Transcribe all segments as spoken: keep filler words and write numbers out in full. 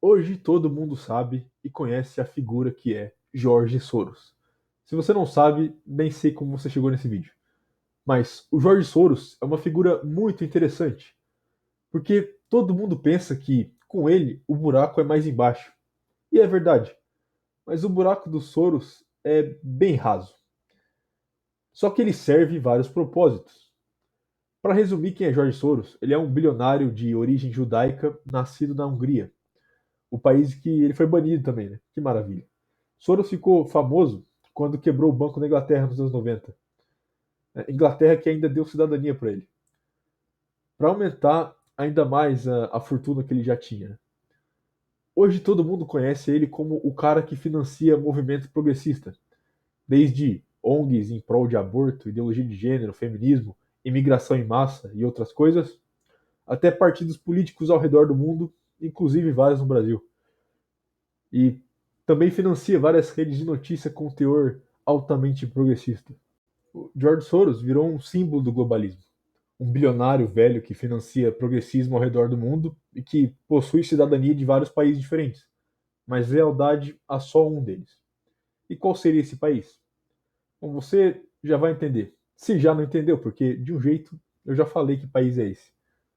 Hoje todo mundo sabe e conhece a figura que é Jorge Soros. Se você não sabe, nem sei como você chegou nesse vídeo. Mas o Jorge Soros é uma figura muito interessante, porque todo mundo pensa que com ele o buraco é mais embaixo. E é verdade, mas o buraco do Soros é bem raso. Só que ele serve vários propósitos. Para resumir quem é Jorge Soros, ele é um bilionário de origem judaica nascido na Hungria, o país que ele foi banido também, né? Que maravilha. Soros ficou famoso quando quebrou o banco na Inglaterra nos anos noventa. É, Inglaterra que ainda deu cidadania para ele, para aumentar ainda mais a, a fortuna que ele já tinha. Hoje todo mundo conhece ele como o cara que financia movimento progressista, desde O N Gs em prol de aborto, ideologia de gênero, feminismo, imigração em massa e outras coisas, até partidos políticos ao redor do mundo, inclusive vários no Brasil. E também financia várias redes de notícia com teor altamente progressista. O George Soros virou um símbolo do globalismo. Um bilionário velho que financia progressismo ao redor do mundo e que possui cidadania de vários países diferentes, mas lealdade a só um deles. E qual seria esse país? Bom, você já vai entender. Se já não entendeu, porque de um jeito eu já falei que país é esse.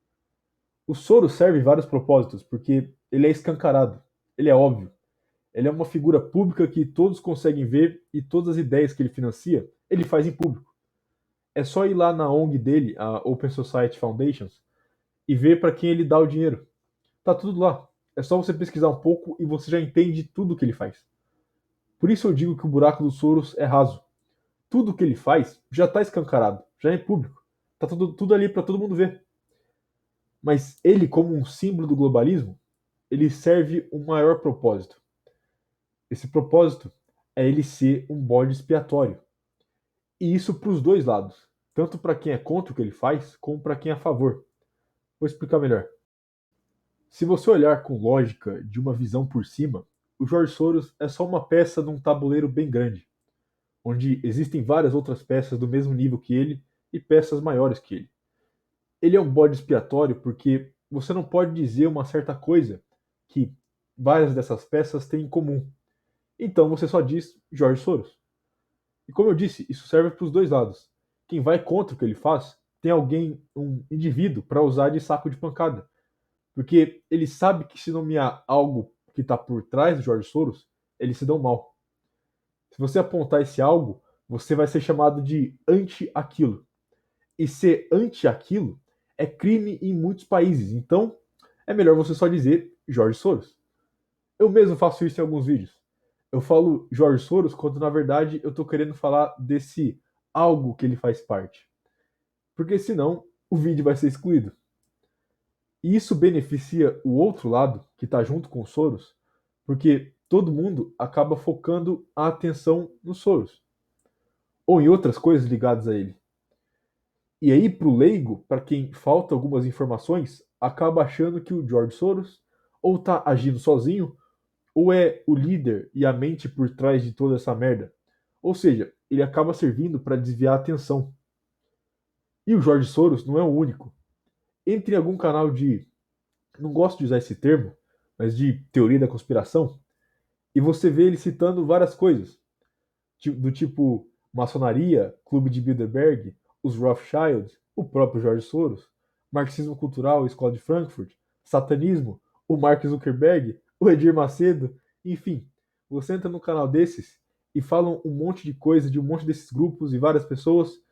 O Soros serve vários propósitos, porque ele é escancarado, ele é óbvio. Ele é uma figura pública que todos conseguem ver e todas as ideias que ele financia, ele faz em público. É só ir lá na O N G dele, a Open Society Foundations, e ver para quem ele dá o dinheiro. Tá tudo lá. É só você pesquisar um pouco e você já entende tudo o que ele faz. Por isso eu digo que o buraco do Soros é raso. Tudo o que ele faz já está escancarado, já é em público. Tá tudo, tudo ali para todo mundo ver. Mas ele, como um símbolo do globalismo, ele serve um maior propósito. Esse propósito é ele ser um bode expiatório. E isso para os dois lados, tanto para quem é contra o que ele faz, como para quem é a favor. Vou explicar melhor. Se você olhar com lógica de uma visão por cima, o George Soros é só uma peça num tabuleiro bem grande, onde existem várias outras peças do mesmo nível que ele e peças maiores que ele. Ele é um bode expiatório porque você não pode dizer uma certa coisa que várias dessas peças têm em comum. Então você só diz George Soros. E como eu disse, isso serve para os dois lados. Quem vai contra o que ele faz tem alguém, um indivíduo, para usar de saco de pancada. Porque ele sabe que se nomear algo que está por trás do George Soros, eles se dão mal. Se você apontar esse algo, você vai ser chamado de anti-aquilo. E ser anti-aquilo é crime em muitos países. Então, é melhor você só dizer George Soros. Eu mesmo faço isso em alguns vídeos. Eu falo Jorge Soros quando na verdade eu estou querendo falar desse algo que ele faz parte. Porque senão o vídeo vai ser excluído. E isso beneficia o outro lado, que está junto com o Soros, porque todo mundo acaba focando a atenção no Soros. Ou em outras coisas ligadas a ele. E aí, para o leigo, para quem falta algumas informações, acaba achando que o George Soros ou está agindo sozinho ou é o líder e a mente por trás de toda essa merda. Ou seja, ele acaba servindo para desviar a atenção. E o Jorge Soros não é o único. Entre em algum canal de, não gosto de usar esse termo, mas de teoria da conspiração, e você vê ele citando várias coisas, do tipo maçonaria, clube de Bilderberg, os Rothschilds, o próprio Jorge Soros, marxismo cultural, escola de Frankfurt, satanismo, o Mark Zuckerberg, o Edir Macedo, enfim. Você entra no canal desses e falam um monte de coisa de um monte desses grupos e várias pessoas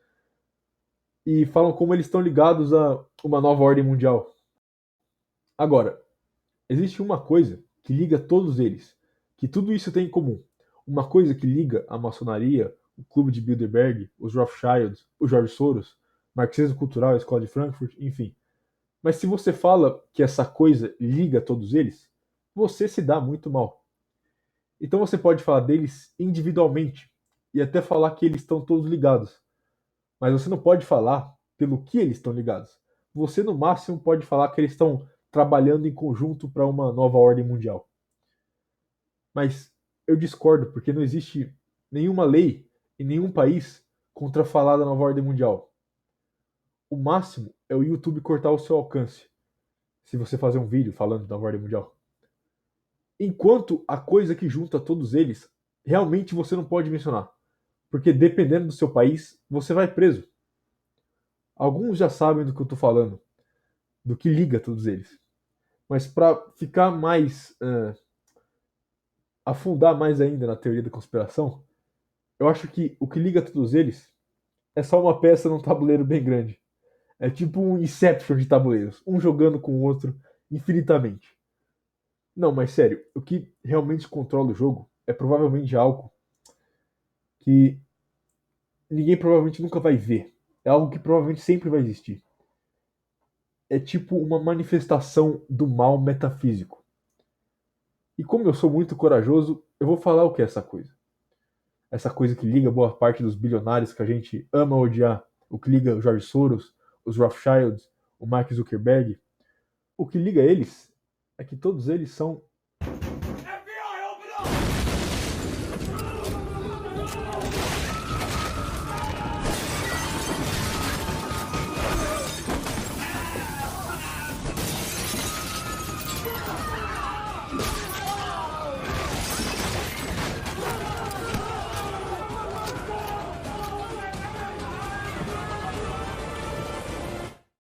e falam como eles estão ligados a uma nova ordem mundial. Agora, existe uma coisa que liga todos eles, que tudo isso tem em comum. Uma coisa que liga a maçonaria, o clube de Bilderberg, os Rothschilds, o George Soros, marxismo cultural, a escola de Frankfurt, enfim. Mas se você fala que essa coisa liga todos eles, você se dá muito mal. Então você pode falar deles individualmente e até falar que eles estão todos ligados. Mas você não pode falar pelo que eles estão ligados. Você, no máximo, pode falar que eles estão trabalhando em conjunto para uma nova ordem mundial. Mas eu discordo, porque não existe nenhuma lei em nenhum país contra falar da nova ordem mundial. O máximo é o YouTube cortar o seu alcance, se você fazer um vídeo falando da nova ordem mundial. Enquanto a coisa que junta todos eles, realmente você não pode mencionar. Porque dependendo do seu país, você vai preso. Alguns já sabem do que eu estou falando, do que liga todos eles. Mas para ficar mais. Uh, afundar mais ainda na teoria da conspiração, eu acho que o que liga todos eles é só uma peça num tabuleiro bem grande. É tipo um Inception de tabuleiros, um jogando com o outro infinitamente. Não, mas sério, o que realmente controla o jogo é provavelmente algo que ninguém provavelmente nunca vai ver. É algo que provavelmente sempre vai existir. É tipo uma manifestação do mal metafísico. E como eu sou muito corajoso, eu vou falar o que é essa coisa. Essa coisa que liga boa parte dos bilionários que a gente ama odiar. O que liga o George Soros, os Rothschilds, o Mark Zuckerberg. O que liga eles é que todos eles são